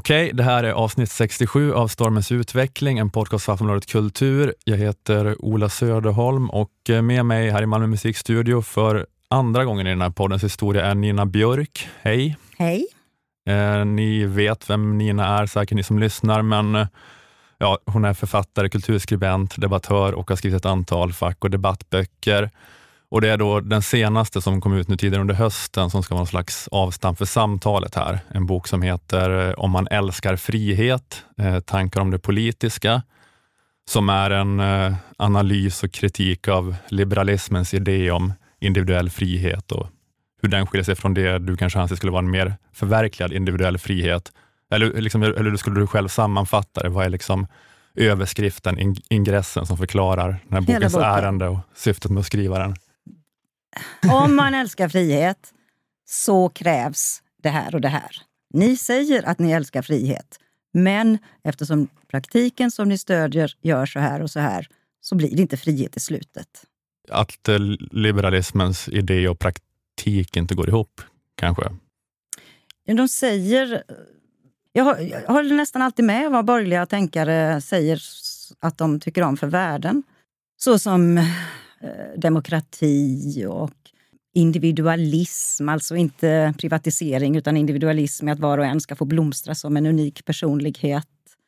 Okej, det här är avsnitt 67 av Stormens utveckling, en podcast för Aftonbladet Kultur. Jag heter Ola Söderholm och med mig här i Malmö musikstudio för andra gången i den här poddens historia är Nina Björk. Hej! Hej! Ni vet vem Nina är, säkert ni som lyssnar, men ja, hon är författare, kulturskribent, debattör och har skrivit ett antal fack- och debattböcker. Och det är då den senaste som kom ut nu tidigare under hösten som ska vara en slags avstamp för samtalet här. En bok som heter Om man älskar frihet, tankar om det politiska. Som är en analys och kritik av liberalismens idé om individuell frihet och hur den skiljer sig från det du kanske anser skulle vara en mer förverkligad individuell frihet. Eller skulle du själv sammanfatta det? Vad är liksom överskriften, ingressen som förklarar den här bokens ärende och syftet med att skriva den? Om man älskar frihet så krävs det här och det här. Ni säger att ni älskar frihet, men eftersom praktiken som ni stödjer gör så här och så här så blir det inte frihet i slutet. Att liberalismens idé och praktik inte går ihop, kanske? De säger... Jag håller nästan alltid med vad borgerliga tänkare säger att de tycker om för värden. Så som demokrati och individualism, alltså inte privatisering utan individualism, att var och en ska få blomstra som en unik personlighet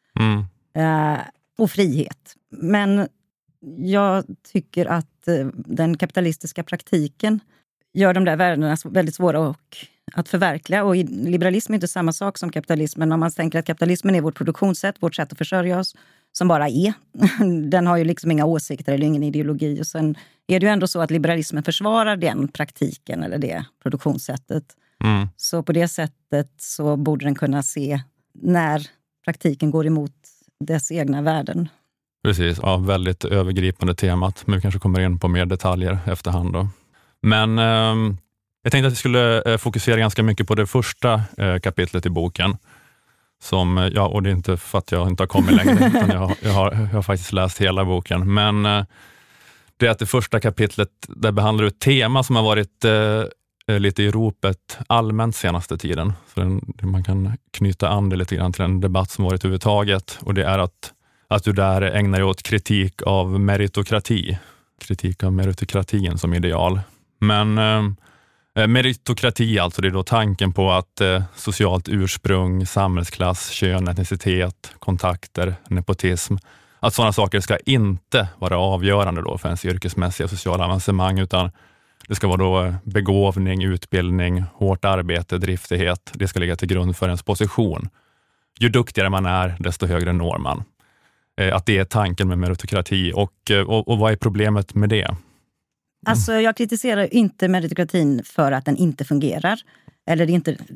och frihet. Men jag tycker att den kapitalistiska praktiken gör de där värdena väldigt svåra att förverkliga. Och liberalism är inte samma sak som kapitalismen. Om man tänker att kapitalismen är vårt produktionssätt, vårt sätt att försörja oss, som bara är. Den har ju liksom inga åsikter eller ingen ideologi. Och sen är det ju ändå så att liberalismen försvarar den praktiken eller det produktionssättet. Så på det sättet så borde den kunna se när praktiken går emot dess egna värden. Precis, ja, väldigt övergripande temat. Men vi kanske kommer in på mer detaljer efterhand då. Men jag tänkte att vi skulle fokusera ganska mycket på det första kapitlet i boken. Som, ja, och det är inte för att jag inte har kommit längre, utan jag har faktiskt läst hela boken. Men det är att det första kapitlet, där behandlar ett tema som har varit lite i ropet allmänt senaste tiden. Så man kan knyta an det lite grann till en debatt som varit överhuvudtaget. Och det är att du där ägnar dig åt kritik av meritokrati. Kritik av meritokratin som ideal. Men meritokrati, alltså det är då tanken på att socialt ursprung, samhällsklass, kön, etnicitet, kontakter, nepotism, att sådana saker ska inte vara avgörande då för ens yrkesmässiga sociala avancemang, utan det ska vara då begåvning, utbildning, hårt arbete, driftighet. Det ska ligga till grund för ens position. Ju duktigare man är, desto högre når man. Att det är tanken med meritokrati. Och vad är problemet med det? Alltså jag kritiserar inte meritokratin för att den inte fungerar. Eller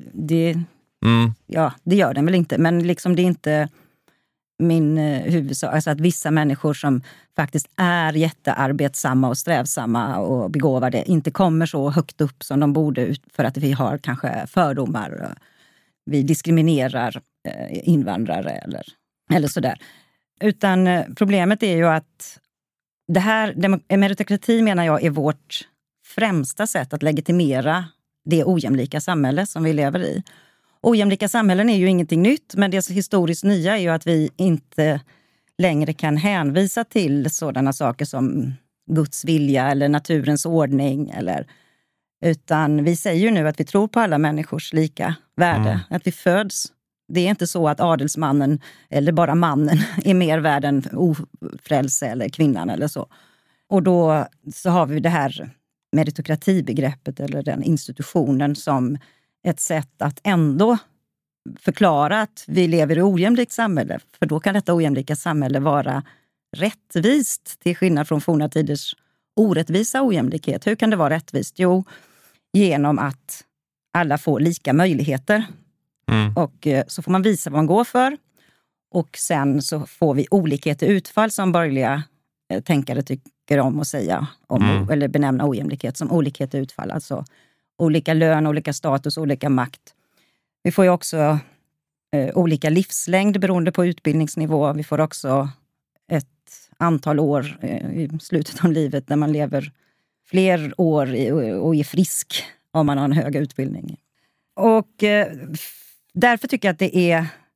det gör den väl inte. Men liksom det är inte min huvudsak. Alltså att vissa människor som faktiskt är jättearbetsamma och strävsamma och begåvade inte kommer så högt upp som de borde för att vi har kanske fördomar. Vi diskriminerar invandrare eller sådär. Utan problemet är ju att det här, meritokrati menar jag är vårt främsta sätt att legitimera det ojämlika samhälle som vi lever i. Ojämlika samhällen är ju ingenting nytt, men det historiskt nya är ju att vi inte längre kan hänvisa till sådana saker som Guds vilja eller naturens ordning. Utan vi säger ju nu att vi tror på alla människors lika värde, att vi föds. Det är inte så att adelsmannen eller bara mannen är mer värd än ofrälse eller kvinnan eller så. Och då så har vi det här meritokratibegreppet eller den institutionen som ett sätt att ändå förklara att vi lever i ojämlikt samhälle. För då kan detta ojämlika samhälle vara rättvist till skillnad från forna tiders orättvisa ojämlikhet. Hur kan det vara rättvist? Jo, genom att alla får lika möjligheter. Och så får man visa vad man går för. Och sen så får vi olikhet i utfall som borgerliga tänkare tycker om att säga. Eller benämna ojämlikhet som olikhet i utfall. Alltså olika lön, olika status, olika makt. Vi får ju också olika livslängd beroende på utbildningsnivå. Vi får också ett antal år i slutet av livet när man lever fler år och är frisk om man har en hög utbildning. Och därför tycker jag att det är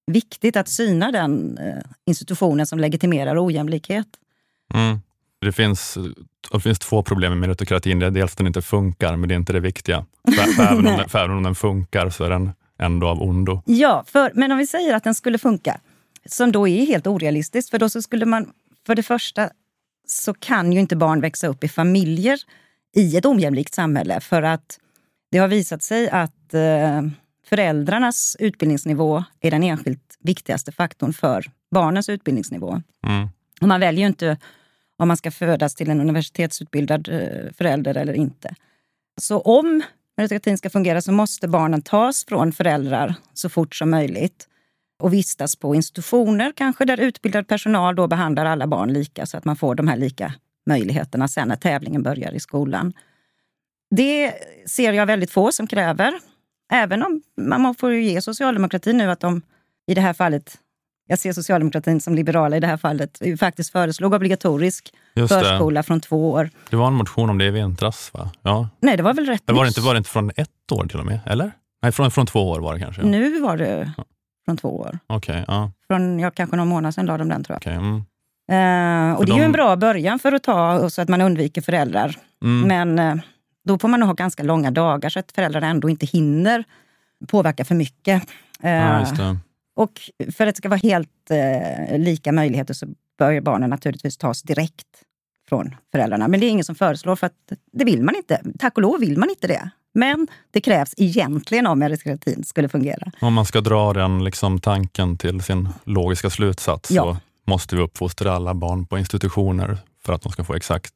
viktigt att syna den institutionen som legitimerar ojämlikhet. Det finns 2 problem med meritokratin. Det är dels att den inte funkar, men det är inte det viktiga. För även om den funkar så är den ändå av ondo. Ja, men om vi säger att den skulle funka, som då är helt orealistiskt, för då så skulle man, för det första så kan ju inte barn växa upp i familjer i ett ojämlikt samhälle, för att det har visat sig att föräldrarnas utbildningsnivå är den enskilt viktigaste faktorn för barnens utbildningsnivå. Och man väljer ju inte om man ska födas till en universitetsutbildad förälder eller inte. Så om meritokratin ska fungera så måste barnen tas från föräldrar så fort som möjligt och vistas på institutioner kanske där utbildad personal då behandlar alla barn lika, så att man får de här lika möjligheterna sen när tävlingen börjar i skolan. Det ser jag väldigt få som kräver. Även om man får ju ge socialdemokratin nu att de i det här fallet, jag ser socialdemokratin som liberala i det här fallet, faktiskt föreslog obligatorisk förskola från 2 år. Det var en motion om det i vintras, va? Ja. Nej, det var väl rätt. Var det inte från 1 år till och med, eller? Nej, från 2 år var det kanske. Ja. Nu var det från 2 år. Okej, ja. Från kanske någon månad sedan la de den, tror jag. Okej, och det är ju en bra början för att ta så att man undviker föräldrar. Men då får man nog ha ganska långa dagar så att föräldrarna ändå inte hinner påverka för mycket. Ja, just det. Och för att det ska vara helt lika möjligheter så bör barnen naturligtvis tas direkt från föräldrarna. Men det är ingen som föreslår, för att det vill man inte. Tack och lov vill man inte det. Men det krävs egentligen om meritokratin skulle fungera. Om man ska dra den liksom tanken till sin logiska slutsats så måste vi uppfostra alla barn på institutioner för att de ska få exakt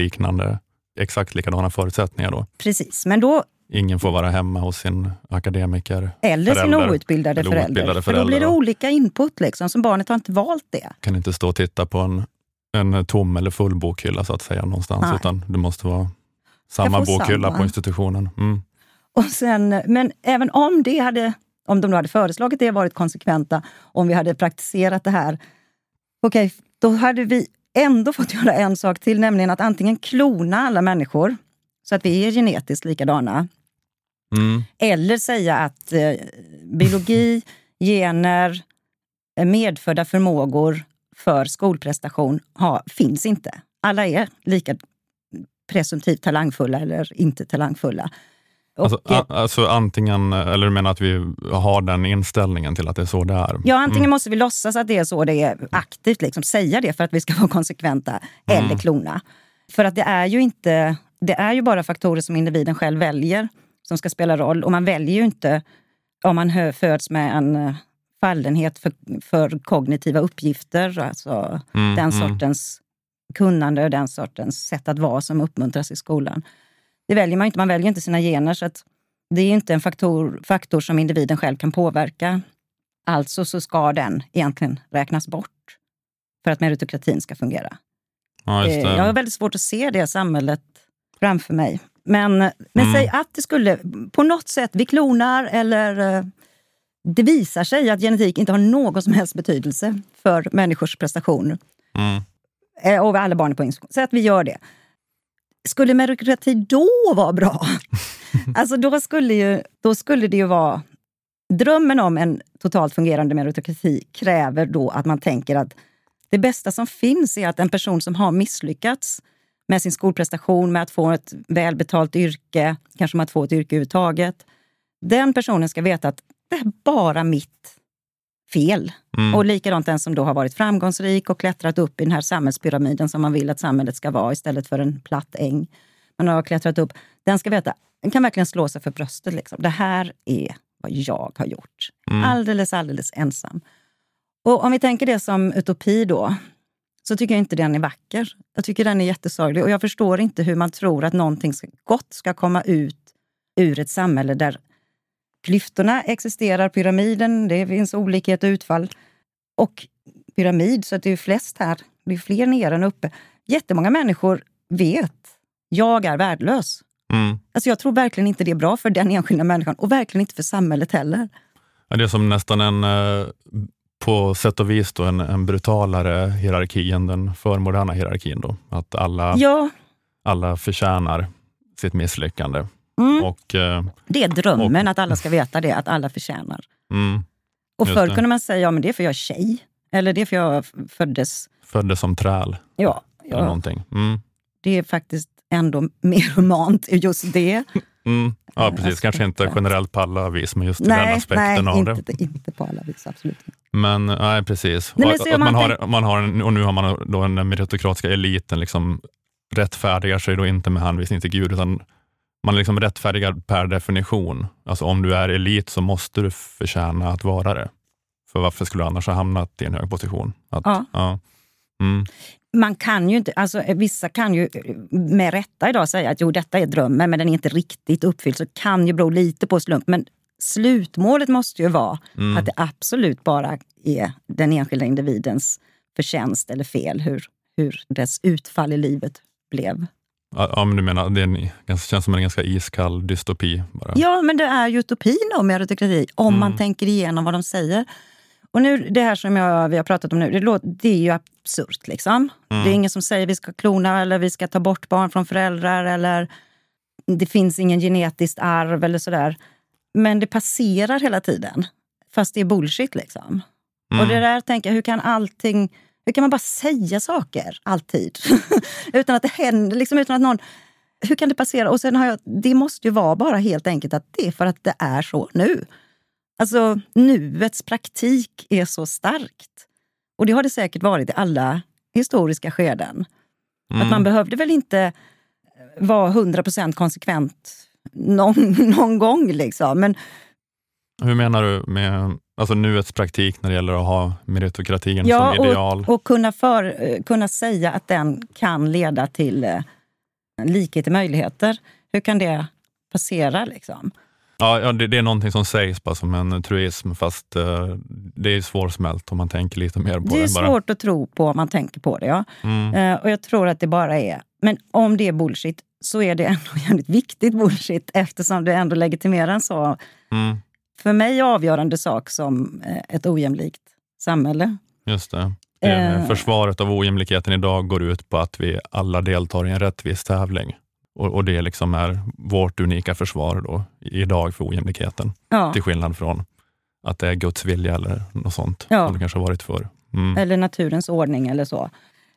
likadana förutsättningar då. Precis, men då... Ingen får vara hemma hos sin akademiker. Eller sin outbildade förälder. För då blir det olika input liksom, som barnet har inte valt det. Kan inte stå och titta på en tom eller full bokhylla så att säga någonstans. Nej. Utan det måste vara samma bokhylla på institutionen. Och sen, men även om de hade föreslagit det, varit konsekventa, om vi hade praktiserat det här, då hade vi ändå fått göra en sak till, nämligen att antingen klona alla människor så att vi är genetiskt likadana. Eller säga att biologi, gener, medfödda förmågor för skolprestation finns inte. Alla är lika presumtivt talangfulla eller inte talangfulla. Alltså antingen, eller du menar att vi har den inställningen till att det är så det är? Ja, antingen måste vi låtsas att det är så det är, aktivt liksom säga det för att vi ska vara konsekventa, eller klona. För att det är ju bara faktorer som individen själv väljer som ska spela roll. Och man väljer ju inte om man föds med en fallenhet för kognitiva uppgifter. Alltså den sortens kunnande och den sortens sätt att vara som uppmuntras i skolan. Det väljer man inte. Man väljer inte sina gener, så att det är ju inte en faktor som individen själv kan påverka. Alltså så ska den egentligen räknas bort för att meritokratin ska fungera. Ja, just det. Jag har väldigt svårt att se det samhället framför mig. Men säg att det skulle på något sätt, vi klonar eller det visar sig att genetik inte har någon som helst betydelse för människors prestationer. Och alla barn på institution. Så att vi gör det. Skulle meritokrati då vara bra? Alltså då skulle det ju vara... Drömmen om en totalt fungerande meritokrati kräver då att man tänker att det bästa som finns är att en person som har misslyckats med sin skolprestation, med att få ett välbetalt yrke, kanske med att få ett yrke överhuvudtaget, den personen ska veta att det är bara mitt fel. Och likadant den som då har varit framgångsrik och klättrat upp i den här samhällspyramiden som man vill att samhället ska vara istället för en platt äng. Man har klättrat upp. Den ska veta, den kan verkligen slå sig för bröstet. Liksom. Det här är vad jag har gjort. Alldeles ensam. Och om vi tänker det som utopi då, så tycker jag inte den är vacker. Jag tycker den är jättesorglig. Och jag förstår inte hur man tror att någonting gott ska komma ut ur ett samhälle där klyftorna existerar, pyramiden, det finns olikhet och utfall. Och pyramid, så att det är flest här, det är fler nere än uppe. Jättemånga människor vet, jag är värdelös. Alltså jag tror verkligen inte det är bra för den enskilda människan och verkligen inte för samhället heller. Ja, det är som nästan på sätt och vis då, en brutalare hierarki än den förmoderna hierarkin då. Att alla förtjänar sitt misslyckande. Och, det är drömmen att alla ska veta det, att alla förtjänar. Och förr kunde man säga, ja men det är för jag är tjej. Eller det är för jag föddes som träl. Ja. Eller någonting. Mm. Det är faktiskt ändå mer humant just det. Mm. Ja, precis. Kanske inte generellt på alla vis, men just den aspekten av det. Nej, inte på alla vis, absolut. Men nej, precis. Nej, och nu har man då den meritokratiska eliten liksom rättfärdigar sig då inte med hänvisning till Gud, utan man är liksom rättfärdigad per definition. Alltså om du är elit så måste du förtjäna att vara det. För varför skulle du annars ha hamnat i en hög position? Ja. Mm. Man kan ju inte, alltså vissa kan ju med rätta idag säga att jo, detta är drömmen men den är inte riktigt uppfylld, så kan ju bero lite på slump. Men slutmålet måste ju vara att det absolut bara är den enskilda individens förtjänst eller fel hur dess utfall i livet blev. Ja, men du menar, det känns som en ganska iskall dystopi bara. Ja, men det är ju utopin om meritokrati, om man tänker igenom vad de säger. Och nu, det här som vi har pratat om nu, det är ju absurt liksom. Det är ingen som säger vi ska klona eller vi ska ta bort barn från föräldrar eller det finns ingen genetiskt arv eller sådär. Men det passerar hela tiden. Fast det är bullshit liksom. Och det där tänker jag, hur kan man bara säga saker alltid? Utan att det händer, liksom utan att någon... Hur kan det passera? Och sen det måste ju vara bara helt enkelt att det är för att det är så nu. Alltså nuets praktik är så starkt. Och det har det säkert varit i alla historiska skeden. Att man behövde väl inte vara 100% konsekvent någon gång liksom. Men hur menar du med alltså nuets praktik när det gäller att ha meritokratin som ideal? Och kunna säga att den kan leda till likhet i möjligheter. Hur kan det passera liksom? Ja, det är någonting som sägs bara som en truism, fast det är svårsmält om man tänker lite mer på det. Det är svårt att tro på om man tänker på det, ja. Och jag tror att det bara är... Men om det är bullshit så är det ändå jävligt viktigt bullshit eftersom det ändå legitimerar en så för mig avgörande sak som ett ojämlikt samhälle. Just det. Försvaret av ojämlikheten idag går ut på att vi alla deltar i en rättvis tävling. Och det liksom är vårt unika försvar då, idag för ojämlikheten. Ja. Till skillnad från att det är Guds vilja eller något sånt. Som det kanske har varit förr. Eller naturens ordning eller så.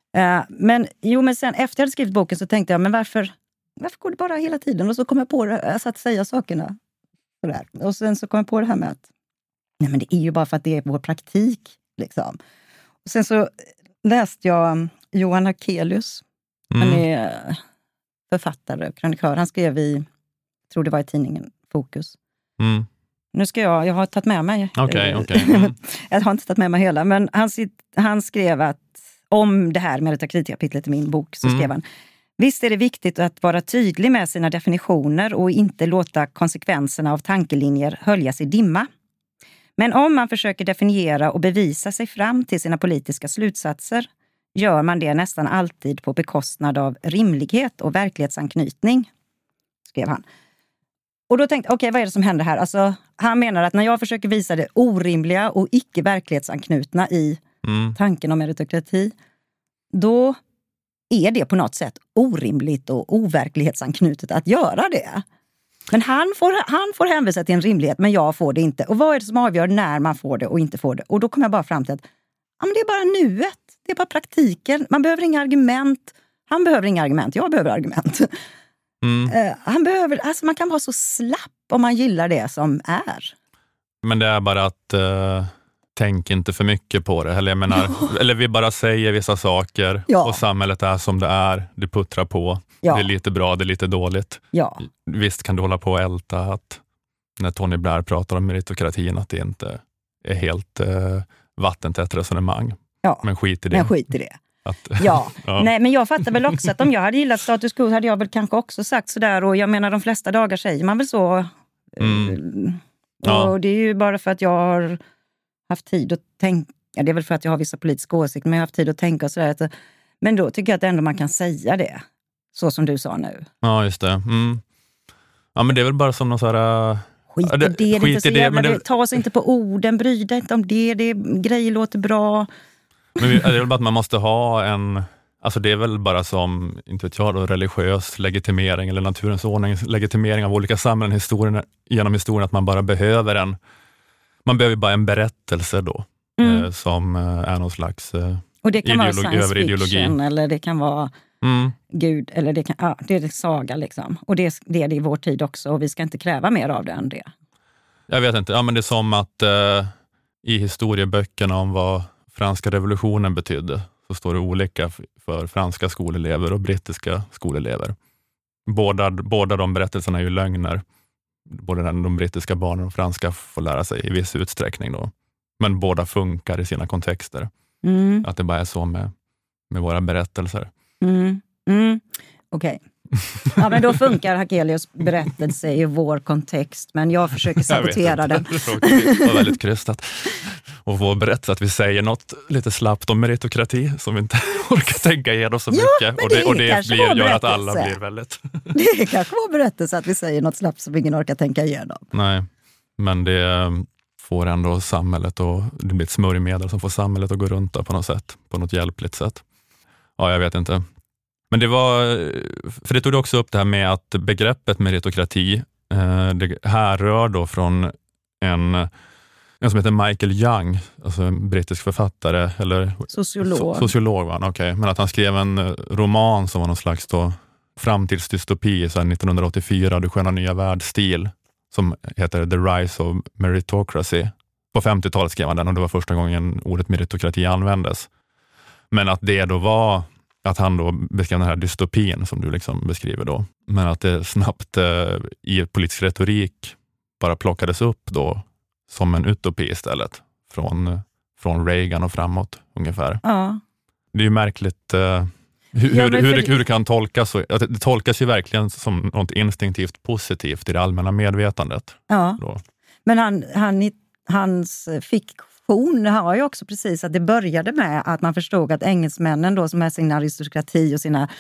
Men sen efter jag hade skrivit boken så tänkte jag, men varför går det bara hela tiden? Och så kom jag på det, att säga sakerna. Sådär. Och sen så kom jag på det här med att nej, men det är ju bara för att det är vår praktik. Liksom. Och sen så läste jag Johan Hakelius. Han är författare och krönikör. Han skrev jag tror det var i tidningen Fokus. Nu ska jag har tagit med mig. Okej. Jag har inte tagit med mig hela, men han skrev att om det här meritokratikapitlet i min bok så skrev han: visst är det viktigt att vara tydlig med sina definitioner och inte låta konsekvenserna av tankelinjer höljas i dimma. Men om man försöker definiera och bevisa sig fram till sina politiska slutsatser gör man det nästan alltid på bekostnad av rimlighet och verklighetsanknytning, skrev han. Och då tänkte jag, okej, vad är det som händer här? Alltså, han menar att när jag försöker visa det orimliga och icke-verklighetsanknutna i tanken om meritokrati, då är det på något sätt orimligt och overklighetsanknutet att göra det. Men han får hänvisa till en rimlighet, men jag får det inte. Och vad är det som avgör när man får det och inte får det? Och då kom jag bara fram till att men det är bara nuet. Det är bara praktiken. Man behöver inga argument. Han behöver inga argument. Jag behöver argument. Man kan vara så slapp om man gillar det som är. Men det är bara att tänk inte för mycket på det. Eller jag menar, eller vi bara säger vissa saker och samhället är som det är. Du puttrar på. Ja. Det är lite bra, det är lite dåligt. Ja. Visst kan du hålla på och älta att när Tony Blair pratar om meritokratin att det inte är helt vattentätt resonemang. Ja. Men skit i det. Nej, men jag fattar väl också att om jag hade gillat status quo hade jag väl kanske också sagt sådär. Och jag menar, de flesta dagar säger man väl så. Och det är ju bara för att jag har haft tid att tänka. Ja, det är väl för att jag har vissa politiska åsikter, men jag har haft tid att tänka och sådär. Men då tycker jag att ändå man kan säga det. Så som du sa nu. Ja, just det. Ja, men det är väl bara som någon sån här... Skit i det. Ta oss inte på orden, bry dig inte om det. Grejer låter bra. Men det är väl bara att man måste ha en... Alltså det är väl bara som, inte vet jag då, religiös legitimering eller naturens ordning, legitimering av olika samhällen genom historien, att man bara behöver Man behöver bara en berättelse då, som är någon slags och det kan vara science överideologi. fiction, eller det kan vara Gud, eller det är saga liksom. Och det är det i vår tid också, och vi ska inte kräva mer av det än det. Jag vet inte, ja, men det är som att i historieböckerna om vad franska revolutionen betydde, så står det olika för franska skolelever och brittiska skolelever. Båda de berättelserna är ju lögner. Både de brittiska barnen och franska får lära sig i viss utsträckning då. Men båda funkar i sina kontexter. Att det bara är så med våra berättelser. Okej. Ja, men då funkar Hakelius berättelse i vår kontext, men jag försöker sabotera den. Det var väldigt krystat. Och vår berättelse att vi säger något lite slappt om meritokrati som vi inte orkar tänka igenom så mycket. Och det gör att alla blir väldigt... Det är kanske vår berättelse att vi säger något slappt som ingen orkar tänka igenom. Nej, men det får ändå samhället, och det blir ett smörjmedel som får samhället att gå runt på något sätt, på något hjälpligt sätt. Ja, jag vet inte. Men det var, för det tog också upp det här med att begreppet meritokrati, det härrör då från en som heter Michael Young, alltså en brittisk författare, eller sociolog var han, okej. Men att han skrev en roman som var någon slags då framtidsdystopi, så 1984, Det sköna nya världsstil, som heter The Rise of Meritocracy. På 50-talet skrev han den, och det var första gången ordet meritokrati användes. Men att det då var att han då beskrev den här dystopin som du liksom beskriver då. Men att det snabbt i politisk retorik bara plockades upp då som en utopi istället. Från Reagan och framåt ungefär. Ja. Det är ju märkligt hur det kan tolkas. Det tolkas ju verkligen som något instinktivt positivt i det allmänna medvetandet. Ja, då. Men hans fiktion har ju också precis att det började med att man förstod att engelsmännen då, som är sin aristokrati och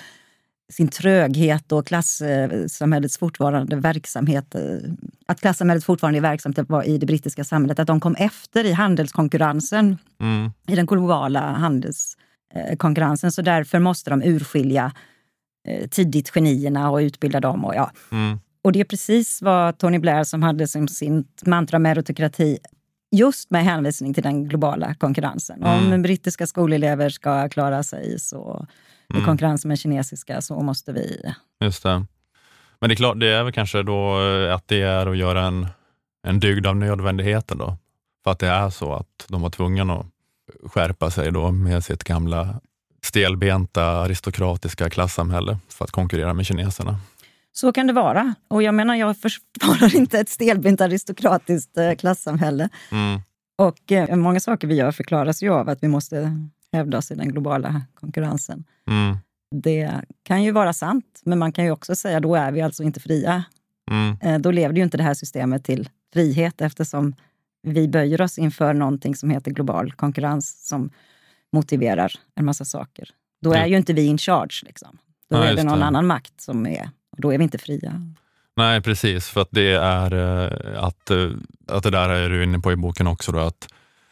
sin tröghet och klassamhällets fortfarande verksamhet, att klassamhället fortfarande är verksamt var i det brittiska samhället, att de kom efter i handelskonkurrensen, i den globala handelskonkurrensen, så därför måste de urskilja tidigt genierna och utbilda dem. Och, och det är precis vad Tony Blair, som hade som sin mantra meritokrati, just med hänvisning till den globala konkurrensen. Om brittiska skolelever ska klara sig så i konkurrens med kinesiska, så måste vi... Just det. Men det är klart, det är väl kanske då att det är att göra en dygd av nödvändigheten då. För att det är så att de var tvungna att skärpa sig då med sitt gamla stelbenta aristokratiska klassamhälle för att konkurrera med kineserna. Så kan det vara. Och jag menar, jag försvarar inte ett stelbent aristokratiskt klassamhälle. Och många saker vi gör förklaras ju av att vi måste hävda oss i den globala konkurrensen. Det kan ju vara sant, men man kan ju också säga då är vi alltså inte fria. Då levde ju inte det här systemet till frihet, eftersom vi böjer oss inför någonting som heter global konkurrens som motiverar en massa saker. Då är ju inte vi in charge liksom. Då är det någon annan makt som är, och då är vi inte fria. Nej, precis, för att det är att det där är du inne på i boken också då, att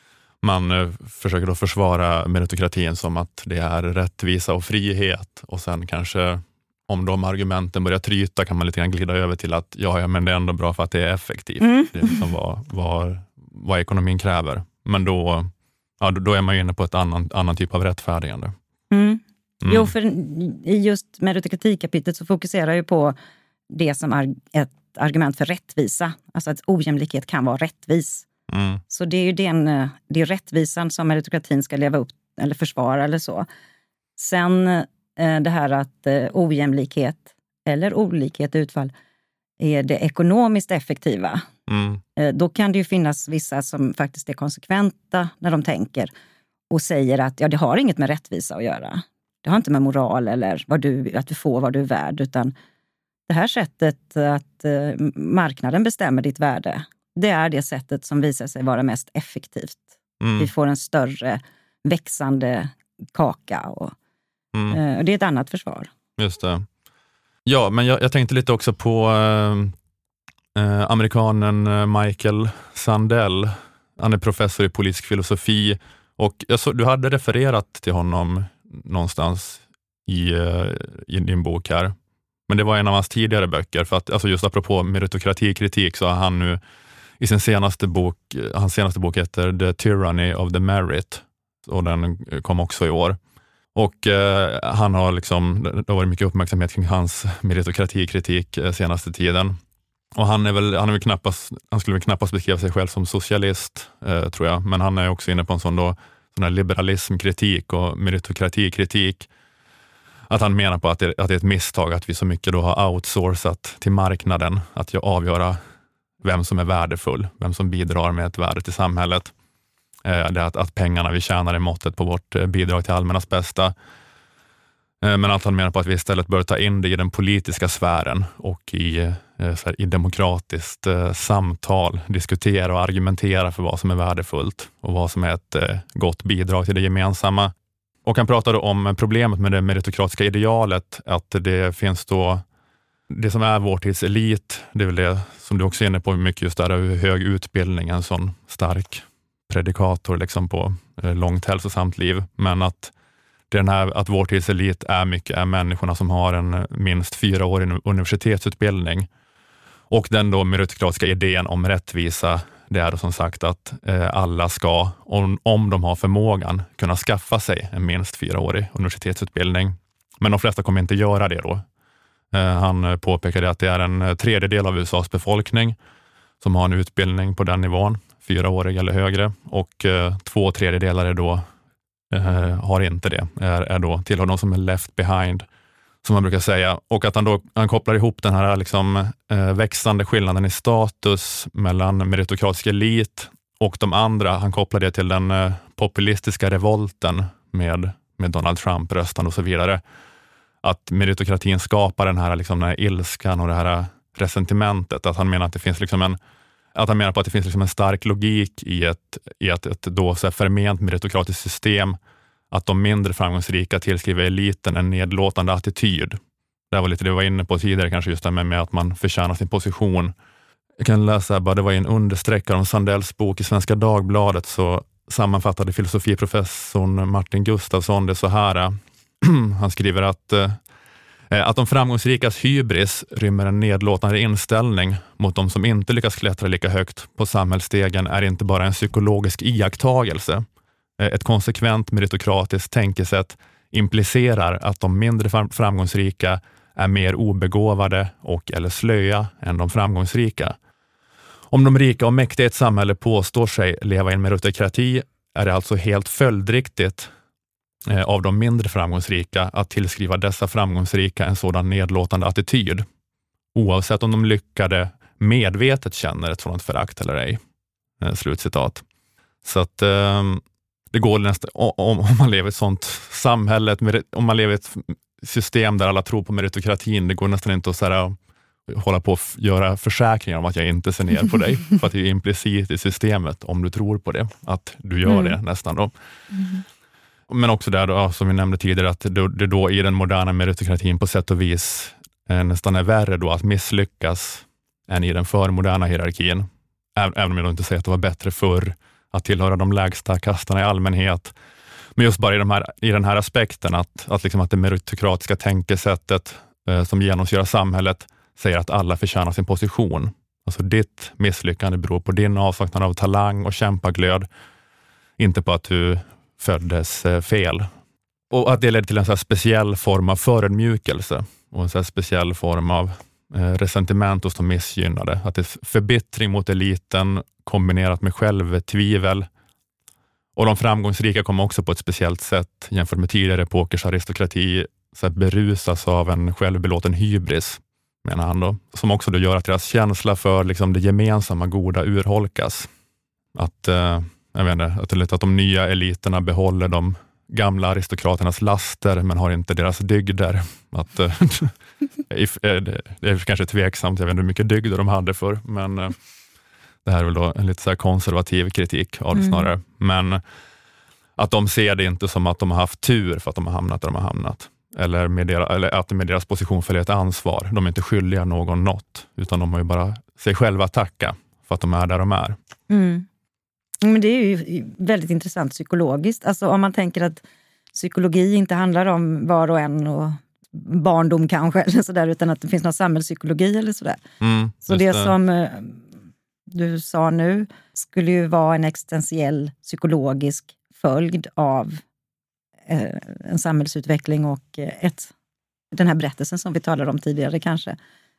man försöker då försvara meritokratin som att det är rättvisa och frihet, och sen kanske om de argumenten börjar tryta kan man lite grann glida över till att ja, men det är ändå bra för att det är effektivt. Det är liksom vad ekonomin kräver. Men då är man ju inne på ett annan typ av rättfärdigande. Jo, för i just meritokratikapitlet så fokuserar ju på det som är ett argument för rättvisa. Alltså att ojämlikhet kan vara rättvis. Så det är ju det är rättvisan som meritokratin ska leva upp eller försvara eller så. Sen det här att ojämlikhet eller olikhet utfall är det ekonomiskt effektiva. Då kan det ju finnas vissa som faktiskt är konsekventa när de tänker och säger att det har inget med rättvisa att göra. Det har inte med moral eller att du får vad du är värd, utan det här sättet att marknaden bestämmer ditt värde, det är det sättet som visar sig vara mest effektivt. Vi får en större växande kaka och det är ett annat försvar. Just det. Ja, men jag tänkte lite också på amerikanen Michael Sandel. Han är professor i politisk filosofi, och du hade refererat till honom någonstans i din bok här. Men det var en av hans tidigare böcker, för att alltså just apropå meritokratikritik så har han nu i sin senaste bok, hans senaste bok heter The Tyranny of the Merit, och den kom också i år. Och han har liksom, det har varit mycket uppmärksamhet kring hans meritokratikritik senaste tiden. Och han skulle väl knappast beskriva sig själv som socialist, tror jag, men han är också inne på en sån här liberalismkritik och meritokratikritik. Att han menar på att det är ett misstag att vi så mycket då har outsourcat till marknaden att avgöra vem som är värdefull, vem som bidrar med ett värde till samhället. Det att pengarna vi tjänar är måttet på vårt bidrag till allmännas bästa. Men att han menar på att vi istället bör ta in det i den politiska sfären och i demokratiskt samtal, diskutera och argumentera för vad som är värdefullt och vad som är ett gott bidrag till det gemensamma. Och han pratade om problemet med det meritokratiska idealet, att det finns då det som är vår tids elit, det är väl det som du också är inne på mycket, just där hur hög utbildning, en sån stark predikator liksom på långt hälsosamt liv, men att att vår tids elit är människorna som har en minst 4-årig universitetsutbildning. Och den då meritokratiska idén om rättvisa, det är då som sagt att alla ska, om de har förmågan, kunna skaffa sig en minst 4-årig universitetsutbildning. Men de flesta kommer inte göra det då. Han påpekade att det är en tredjedel av USAs befolkning som har en utbildning på den nivån, 4-årig eller högre, och 2/3 är då har inte det, är då tillhör de som är left behind, som man brukar säga. Och att han kopplar ihop den här liksom, växande skillnaden i status mellan meritokratisk elit och de andra. Han kopplar det till den populistiska revolten med Donald Trump röstande och så vidare. Att meritokratin skapar den här ilskan och det här resentimentet. Att han menar att det finns en stark logik i ett då så här förment meritokratiskt system, att de mindre framgångsrika tillskriver eliten en nedlåtande attityd. Det var lite det vi var inne på tidigare, kanske just det med att man förtjänar sin position. Jag kan läsa bara, det var en understreckare om Sandells bok i Svenska Dagbladet, så sammanfattade filosofiprofessorn Martin Gustafsson det så här. Han skriver att de framgångsrikas hybris rymmer en nedlåtande inställning mot de som inte lyckas klättra lika högt på samhällsstegen är inte bara en psykologisk iakttagelse. Ett konsekvent meritokratiskt tänkesätt implicerar att de mindre framgångsrika är mer obegåvade och eller slöja än de framgångsrika. Om de rika och mäktiga i ett samhälle påstår sig leva i en meritokrati är det alltså helt följdriktigt av de mindre framgångsrika att tillskriva dessa framgångsrika en sådan nedlåtande attityd, oavsett om de lyckade medvetet känner ett sådant förakt eller ej. Slutcitat. Så att det går nästan, om man lever i ett sådant samhälle, om man lever i ett system där alla tror på meritokratin, det går nästan inte att så här, hålla på och göra försäkringar om att jag inte ser ner på dig, för att det är implicit i systemet om du tror på det, att du gör det nästan då. Men också där då, som vi nämnde tidigare, att det då i den moderna meritokratin på sätt och vis nästan är värre då att misslyckas än i den förmoderna hierarkin. Även om jag inte säger att det var bättre förr att tillhöra de lägsta kastarna i allmänhet. Men just bara i den här aspekten att det meritokratiska tänkesättet som genomsyrar samhället säger att alla förtjänar sin position. Alltså ditt misslyckande beror på din avsaknad av talang och kämpaglöd, inte på att du föddes fel. Och att det leder till en så här speciell form av förödmjukelse och en så här speciell form av resentiment hos de missgynnade. Att det är förbittring mot eliten kombinerat med självtvivel. Och de framgångsrika kommer också på ett speciellt sätt jämfört med tidigare epokers aristokrati så här berusas av en självbelåten hybris, menar han då. Som också då gör att deras känsla för liksom det gemensamma goda urholkas. Att att de nya eliterna behåller de gamla aristokraternas laster men har inte deras dygder. Att, det är kanske tveksamt, jag vet inte hur mycket dygder de hade för, men det här är väl då en lite så här konservativ kritik av det snarare. Men att de ser det inte som att de har haft tur för att de har hamnat där de har hamnat. Eller att med deras position följer ett ansvar. De är inte skyldiga någon något, utan de har ju bara sig själva tacka för att de är där de är. Men det är ju väldigt intressant psykologiskt. Alltså om man tänker att psykologi inte handlar om var och en och barndom kanske eller sådär, utan att det finns någon samhällspsykologi eller sådär. Så du sa nu skulle ju vara en existentiell psykologisk följd av en samhällsutveckling och den här berättelsen som vi talade om tidigare kanske.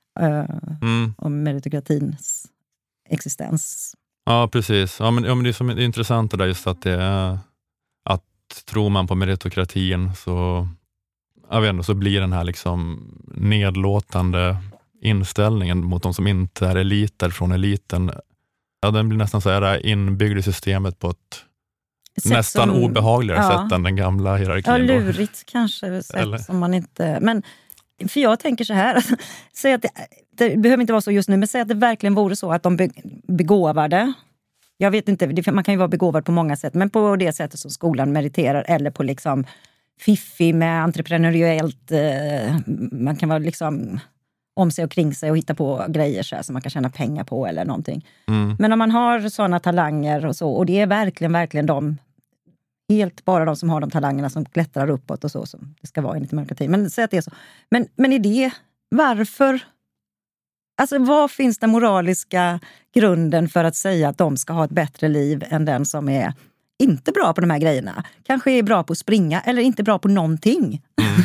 Om meritokratins existens. Ja, precis. Ja, men det är som är intressant det där just att det är att tror man på meritokratin så jag vet inte, så blir den här liksom nedlåtande inställningen mot de som inte är eliter från eliten. Ja, den blir nästan så här inbyggd i systemet på ett nästan obehagligare sätt än den gamla hierarkin. Ja, lurigt kanske. Sätt som man inte... Men för jag tänker så här, säg att det behöver inte vara så just nu, men säg att det verkligen vore så att de begåvade. Jag vet inte, man kan ju vara begåvad på många sätt, men på det sättet som skolan meriterar eller på liksom fiffig med entreprenöriellt, man kan vara liksom om sig och kring sig och hitta på grejer så här, som man kan tjäna pengar på eller någonting. Men om man har sådana talanger och så, och det är verkligen de, helt bara de som har de talangerna som klättrar uppåt och så som det ska vara enligt demokratin. Men säg att det är så. Men är det, varför? Alltså vad finns den moraliska grunden för att säga att de ska ha ett bättre liv än den som är inte bra på de här grejerna? Kanske är bra på att springa eller inte bra på någonting.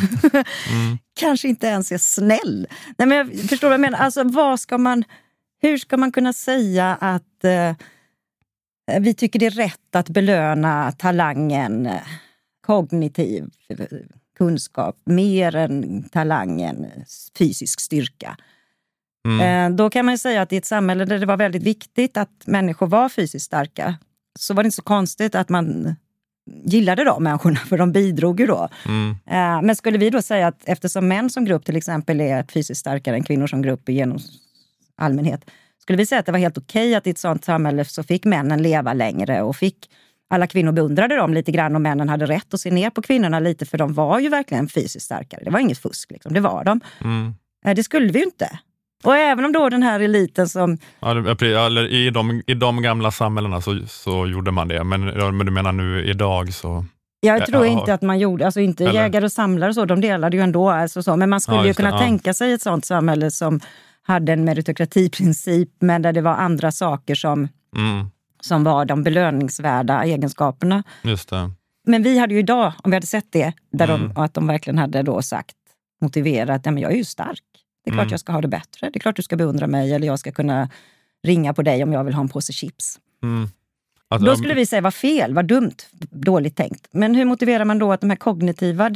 Kanske inte ens är snäll. Nej, men jag förstår vad jag menar. Alltså hur ska man kunna säga att vi tycker det är rätt att belöna talangen, kognitiv kunskap, mer än talangen, fysisk styrka. Då kan man ju säga att i ett samhälle där det var väldigt viktigt att människor var fysiskt starka, så var det inte så konstigt att man gillade de människorna, för de bidrog ju då. Men skulle vi då säga att eftersom män som grupp till exempel är fysiskt starkare än kvinnor som grupp genom allmänhet, skulle vi säga att det var helt okej att i ett sånt samhälle så fick männen leva längre och fick alla kvinnor beundrade dem lite grann och männen hade rätt att se ner på kvinnorna lite, för de var ju verkligen fysiskt starkare. Det var inget fusk liksom, det var de. Det skulle vi ju inte. Och även om då den här eliten som... Eller i de gamla samhällena så gjorde man det. Men du menar nu idag så... Jag tror inte att man gjorde... Alltså inte jägare och samlare och så, de delade ju ändå. Alltså så. Men man skulle ju kunna tänka sig ett sånt samhälle som hade en meritokratiprincip, men där det var andra saker som var de belöningsvärda egenskaperna. Just det. Men vi hade ju idag, om vi hade sett det, där att de verkligen hade då sagt, motiverat, ja men jag är ju stark. Det är klart jag ska ha det bättre. Det är klart du ska beundra mig, eller jag ska kunna ringa på dig om jag vill ha en påse chips. Då skulle vi säga vad fel, vad dumt, dåligt tänkt. Men hur motiverar man då att de här kognitiva,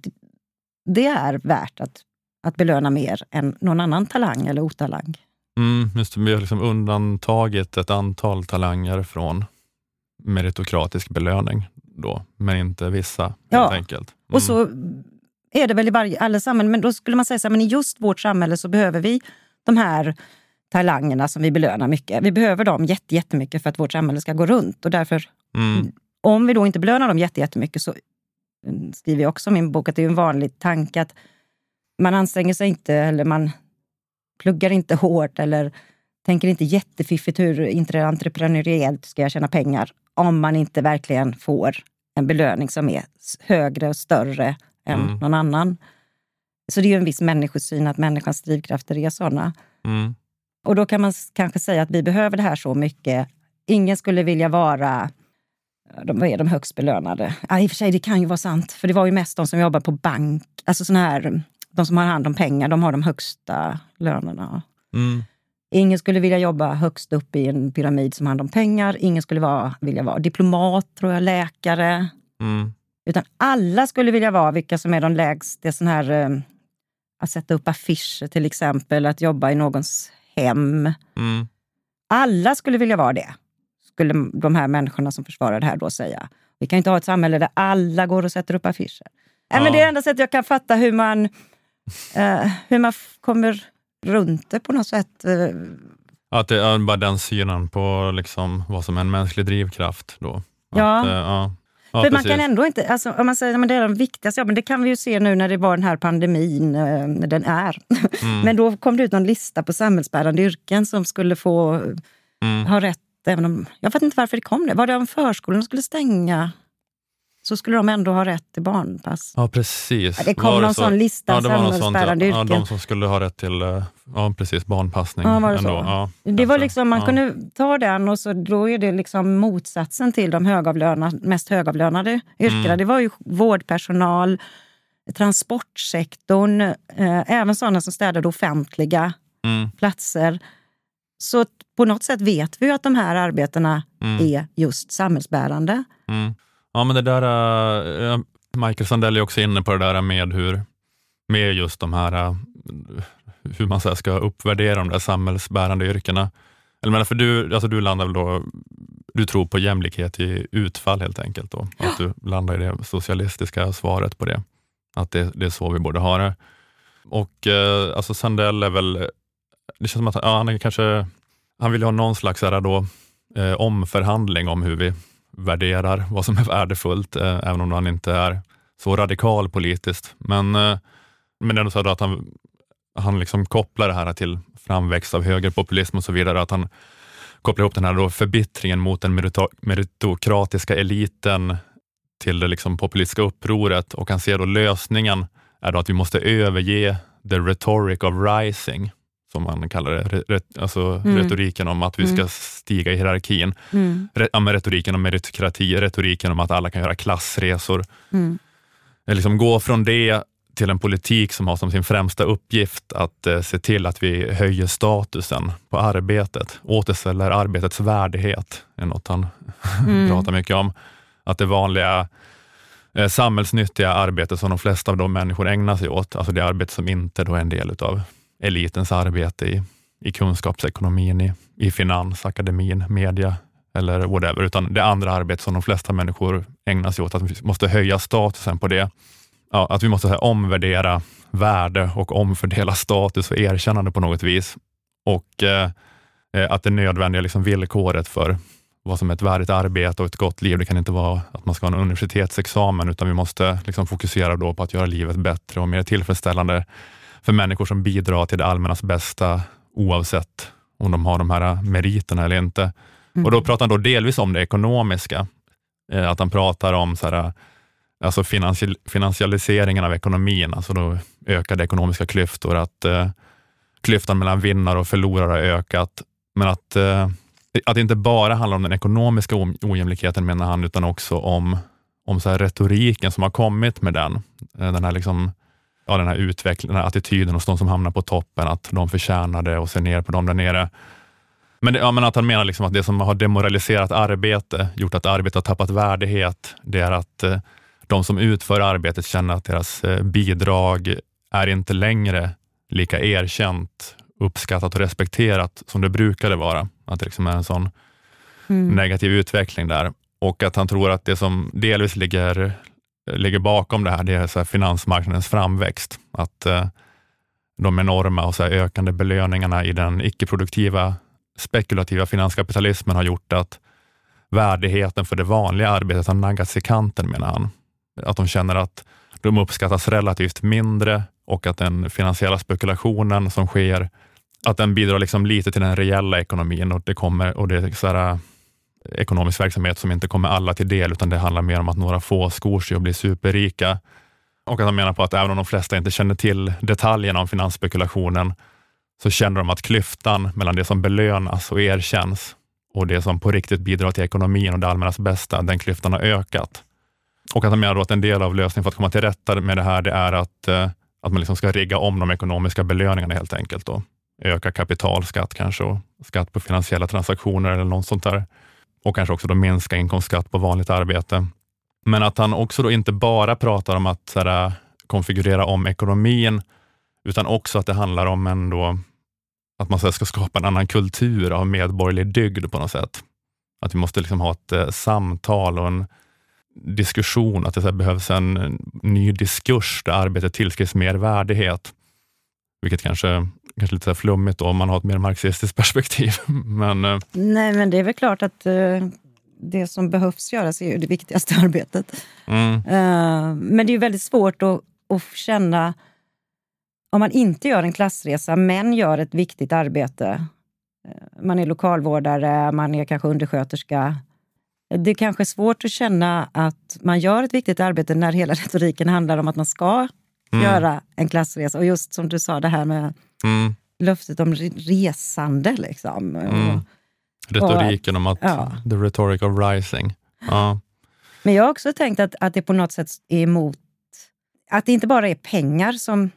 det är värt att belöna mer än någon annan talang eller otalang? Just det, vi har liksom undantagit ett antal talanger från meritokratisk belöning då, men inte vissa helt enkelt. Och så är det väl i alla samhällen, men då skulle man säga så här, men i just vårt samhälle så behöver vi de här talangerna som vi belönar mycket. Vi behöver dem jättemycket för att vårt samhälle ska gå runt, och därför om vi då inte belönar dem jättemycket, så skriver jag också i min bok att det är en vanlig tanke att man anstränger sig inte, eller man pluggar inte hårt eller tänker inte jättefiffigt hur entreprenöriellt ska jag tjäna pengar, om man inte verkligen får en belöning som är högre och större än någon annan. Så det är ju en viss människosyn att människans drivkrafter är sådana. Och då kan man kanske säga att vi behöver det här så mycket. Ingen skulle vilja vara vad är de högst belönade? I och för sig, det kan ju vara sant, för det var ju mest de som jobbar på bank, alltså såna här, de som har hand om pengar, de har de högsta lönerna. Ingen skulle vilja jobba högst upp i en pyramid som har hand om pengar. Ingen skulle vilja vara diplomat, tror jag, läkare. Utan alla skulle vilja vara vilka som är de lägsta, sån här att sätta upp affischer till exempel, att jobba i någons hem. Alla skulle vilja vara det, skulle de här människorna som försvarar det här då säga. Vi kan inte ha ett samhälle där alla går och sätter upp affischer. Men det är det enda sättet jag kan fatta hur man kommer runt det på något sätt. Att det är bara den synen på liksom vad som är en mänsklig drivkraft då. För precis. Man kan ändå inte, alltså, om man säger att det är de viktigaste jobben, det kan vi ju se nu när det var den här pandemin, när den är. Men då kom det ut någon lista på samhällsbärande yrken som skulle få ha rätt, även om, jag vet inte varför det kom det. Var det om förskolan skulle stänga? så skulle de ändå ha rätt till barnpass. Ja, precis. Det kom någon sån lista, det var någon sån, yrken. ja, de som skulle ha rätt till precis, barnpassning. Ja, var det ändå. så? Ja, det var liksom, man kunde ta den och så då är det liksom motsatsen till de mest högavlönade yrkena. Det var ju vårdpersonal, transportsektorn, även sådana som städade offentliga platser. Så på något sätt vet vi ju att de här arbetena är just samhällsbärande. Ja, men det där, Michael Sandel är också inne på det där med just de här, hur man ska uppvärdera de där samhällsbärande yrkena. Eller men för du landar väl då, du tror på jämlikhet i utfall helt enkelt då. Ja. Att du landar i det socialistiska svaret på det. Att det är så vi borde ha det. Och alltså Sandel är väl, det känns som att han vill ha någon slags omförhandling om hur vi värderar vad som är värdefullt, även om han inte är så radikal politiskt. Men det är nog så att han liksom kopplar det här till framväxt av högerpopulism och så vidare, att han kopplar ihop den här då förbittringen mot den meritokratiska eliten till det liksom populistiska upproret, och han ser då lösningen är då att vi måste överge the rhetoric of rising, som man kallar det, retoriken om att vi ska stiga i hierarkin. Retoriken om meritokrati, retoriken om att alla kan göra klassresor. Liksom gå från det till en politik som har som sin främsta uppgift att se till att vi höjer statusen på arbetet. Återställer arbetets värdighet är något han pratar mycket om. Att det vanliga samhällsnyttiga arbetet som de flesta av de människor ägnar sig åt, alltså det arbete som inte då är en del av elitens arbete i kunskapsekonomin, i finans, akademin, media eller whatever, utan det andra arbetet som de flesta människor ägnar sig åt, att vi måste höja statusen på det. Ja, att vi måste omvärdera värde och omfördela status och erkännande på något vis. Och att det nödvändiga liksom villkoret för vad som är ett värdigt arbete och ett gott liv, det kan inte vara att man ska ha en universitetsexamen, utan vi måste liksom fokusera då på att göra livet bättre och mer tillfredsställande för människor som bidrar till det allmännas bästa, oavsett om de har de här meriterna eller inte. Och då pratar han då delvis om det ekonomiska. Att han pratar om alltså finansialiseringen av ekonomin, alltså då ökade ekonomiska klyftor, att klyftan mellan vinnare och förlorare har ökat. Men att det inte bara handlar om den ekonomiska ojämlikheten, menar han, utan också om retoriken som har kommit med den här liksom, den här utvecklingen, den här attityden hos de som hamnar på toppen, att de förtjänar det och ser ner på dem där nere. Men att han menar liksom att det som har demoraliserat arbete, gjort att arbete har tappat värdighet, det är att de som utför arbetet känner att deras bidrag är inte längre lika erkänt, uppskattat och respekterat som det brukade vara. Att det liksom är en sån negativ utveckling där. Och att han tror att det som delvis ligger bakom det här, det är finansmarknadens framväxt. Att de enorma och ökande belöningarna i den icke-produktiva spekulativa finanskapitalismen har gjort att värdigheten för det vanliga arbetet har naggats i kanten, menar han. Att de känner att de uppskattas relativt mindre, och att den finansiella spekulationen som sker, att den bidrar liksom lite till den reella ekonomin, och det är ekonomisk verksamhet som inte kommer alla till del, utan det handlar mer om att några få skor sig och blir superrika. Och att han menar på att även om de flesta inte känner till detaljerna om finansspekulationen, så känner de att klyftan mellan det som belönas och erkänns och det som på riktigt bidrar till ekonomin och det allmännas bästa, den klyftan har ökat. Och att han menar då att en del av lösningen för att komma till rätta med det här, det är att man liksom ska rigga om de ekonomiska belöningarna helt enkelt då. Öka kapitalskatt kanske, och skatt på finansiella transaktioner eller något sånt där. Och kanske också då minska inkomstskatt på vanligt arbete. Men att han också då inte bara pratar om att konfigurera om ekonomin, utan också att det handlar om att man ska skapa en annan kultur av medborgerlig dygd på något sätt. Att vi måste liksom ha ett samtal och en diskussion, att det behövs en ny diskurs där arbetet tillskrivs mer värdighet. Vilket kanske lite flummigt då, om man har ett mer marxistiskt perspektiv. Nej, men det är väl klart att det som behövs göras är ju det viktigaste arbetet. Men det är ju väldigt svårt att känna, om man inte gör en klassresa men gör ett viktigt arbete. Man är lokalvårdare, man är kanske undersköterska. Det är kanske svårt att känna att man gör ett viktigt arbete när hela retoriken handlar om att man ska göra en klassresa. Och just som du sa, det här med löftet om resande. Liksom. Retoriken om att the rhetoric of rising. Ja. Men jag har också tänkt att det på något sätt är emot att det inte bara är pengar som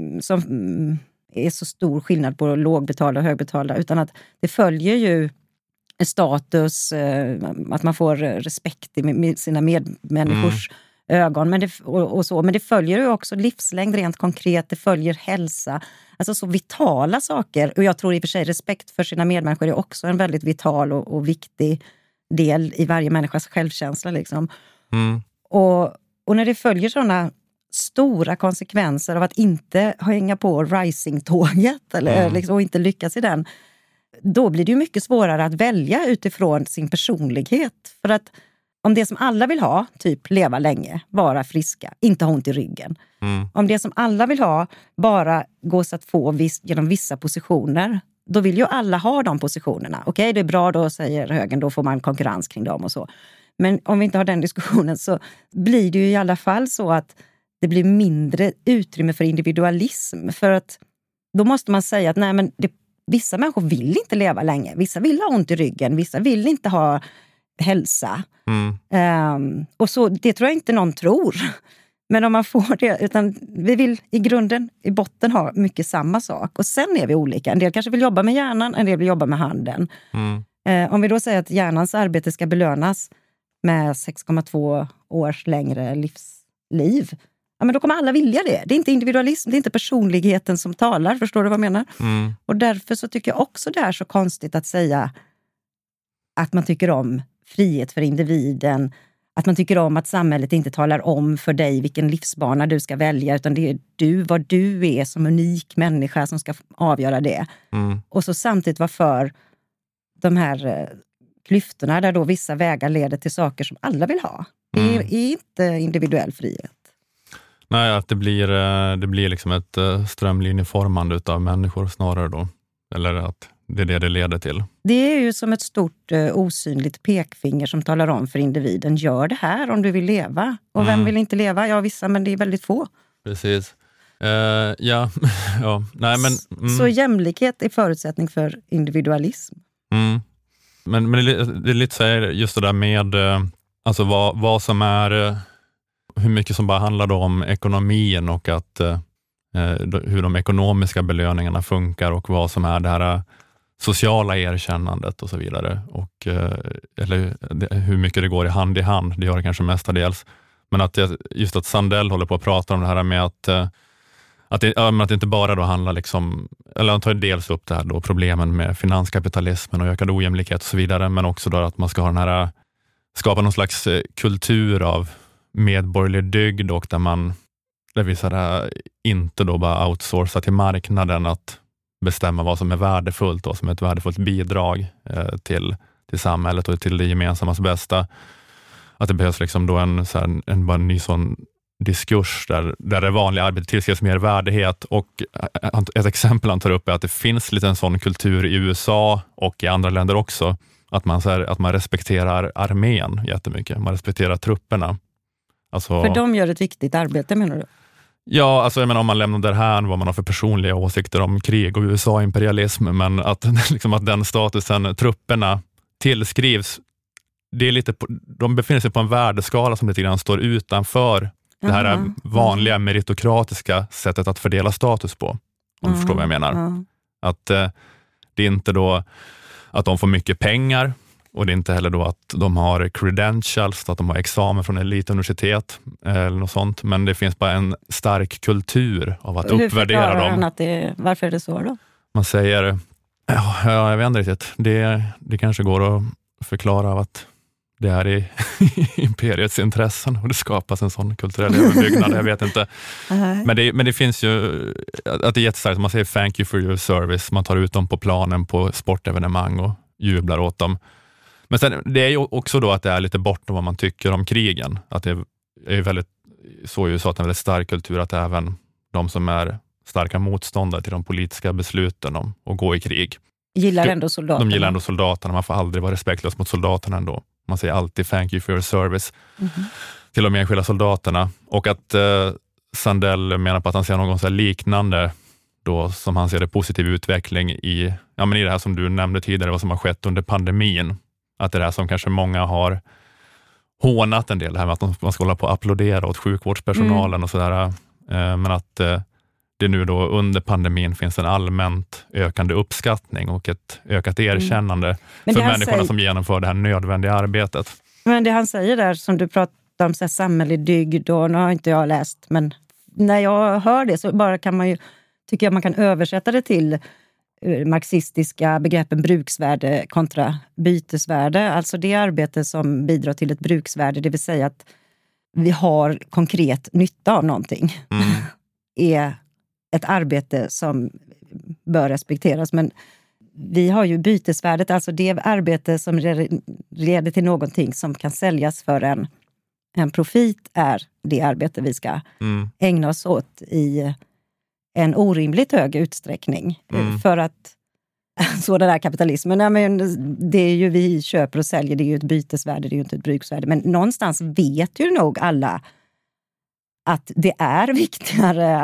är så stor skillnad på lågbetalda och högbetalda, utan att det följer ju status, att man får respekt i sina medmänniskors ögon, men det följer ju också livslängd rent konkret, det följer hälsa, alltså så vitala saker. Och jag tror i och för sig respekt för sina medmänniskor är också en väldigt vital och viktig del i varje människas självkänsla liksom. Och när det följer sådana stora konsekvenser av att inte hänga på rising-tåget eller liksom, och inte lyckas i den, då blir det ju mycket svårare att välja utifrån sin personlighet. För att om det som alla vill ha, typ leva länge, vara friska, inte ha ont i ryggen. Om det som alla vill ha bara gås att få genom vissa positioner, då vill ju alla ha de positionerna. Okej, det är bra, då säger högern, då får man konkurrens kring dem och så. Men om vi inte har den diskussionen så blir det ju i alla fall så att det blir mindre utrymme för individualism. För att då måste man säga att nej, men vissa människor vill inte leva länge. Vissa vill ha ont i ryggen. Vissa vill inte ha hälsa. Och så, det tror jag inte någon tror. Men om man får det, utan vi vill i grunden, i botten ha mycket samma sak. Och sen är vi olika. En del kanske vill jobba med hjärnan, en del vill jobba med handen. Om vi då säger att hjärnans arbete ska belönas med 6,2 års längre livsliv, ja, men då kommer alla vilja det. Det är inte individualism, det är inte personligheten som talar. Förstår du vad jag menar? Och därför så tycker jag också det är så konstigt att säga att man tycker om frihet för individen. Att man tycker om att samhället inte talar om för dig vilken livsbana du ska välja. Utan det är vad du är som unik människa som ska avgöra det. Och så samtidigt vara för de här klyftorna där då vissa vägar leder till saker som alla vill ha. Det är inte individuell frihet. Nej, att det blir liksom ett strömlinjeformande utav människor snarare då. Eller att det är det leder till. Det är ju som ett stort osynligt pekfinger som talar om för individen. Gör det här om du vill leva. Och vem vill inte leva? Ja, vissa, men det är väldigt få. Precis. Ja. Nej, men, Så jämlikhet är förutsättning för individualism. Men det är lite så här, just det där med alltså vad som är, hur mycket som bara handlar då om ekonomin och att hur de ekonomiska belöningarna funkar och vad som är det här sociala erkännandet och så vidare. Och, eller hur mycket det går i hand, det gör det kanske mestadels. Men att just att Sandell håller på att prata om det här med att det inte bara då handlar liksom, eller han tar dels upp det här då, problemen med finanskapitalismen och ökad ojämlikhet och så vidare, men också då att man ska ha den här, skapa någon slags kultur av medborgerlig dygd och där vi sådär inte då bara outsourca till marknaden att bestämma vad som är värdefullt och som är ett värdefullt bidrag till samhället och till det gemensammas bästa. Att det behövs liksom då en ny sån diskurs där det vanliga arbetet tillskrivs mer värdighet. Och ett exempel han tar upp är att det finns lite en sån kultur i USA och i andra länder också. Att man respekterar armén jättemycket. Man respekterar trupperna. Alltså, för de gör ett viktigt arbete, menar du? Ja, alltså jag menar, om man lämnar det här vad man har för personliga åsikter om krig och USA-imperialism, men att, liksom, att den statusen trupperna tillskrivs, det är lite de befinner sig på en värdeskala som lite grann står utanför det här vanliga meritokratiska sättet att fördela status på. Om du förstår vad jag menar. Att det är inte då att de får mycket pengar, och det är inte heller då att de har credentials, att de har examen från elituniversitet eller något sånt. Men det finns bara en stark kultur av att uppvärdera dem. Varför är det så då? Man säger, jag vet inte riktigt. Det kanske går att förklara av att det är i imperiets intressen och det skapas en sån kulturell överbyggnad. Jag vet inte. Men det finns ju, att det är jättestarkt. Man säger thank you for your service. Man tar ut dem på planen på sportevenemang och jublar åt dem. Men sen, det är ju också då att det är lite bortom vad man tycker om krigen. Att det är väldigt, så ju så att det är en väldigt stark kultur att även de som är starka motståndare till de politiska besluten om att gå i krig gillar ändå soldaterna. De gillar ändå soldaterna. Man får aldrig vara respektlös mot soldaterna ändå. man säger alltid thank you for your service till de enskilda soldaterna. Och att Sandell menar på att han ser någon så här liknande då, som han ser det, positiv utveckling i det här som du nämnde tidigare, vad som har skett under pandemin. Att det är det här som kanske många har hånat en del, det här med att man ska hålla på att applådera åt sjukvårdspersonalen och sådär. Men att det nu då under pandemin finns en allmänt ökande uppskattning och ett ökat erkännande för människorna som genomför det här nödvändiga arbetet. Men det han säger där, som du pratar om, så här, samhällelig dygd, och nu har inte jag läst, men när jag hör det så bara tycker jag man kan översätta det till marxistiska begreppen bruksvärde kontra bytesvärde. Alltså det arbete som bidrar till ett bruksvärde, det vill säga att vi har konkret nytta av någonting, är ett arbete som bör respekteras. Men vi har ju bytesvärdet, alltså det arbete som leder till någonting som kan säljas för en profit, är det arbete vi ska ägna oss åt i en orimligt hög utsträckning. För att så den här kapitalismen, det är ju vi köper och säljer, det är ju ett bytesvärde, det är ju inte ett bruksvärde. Men någonstans vet ju nog alla att det är viktigare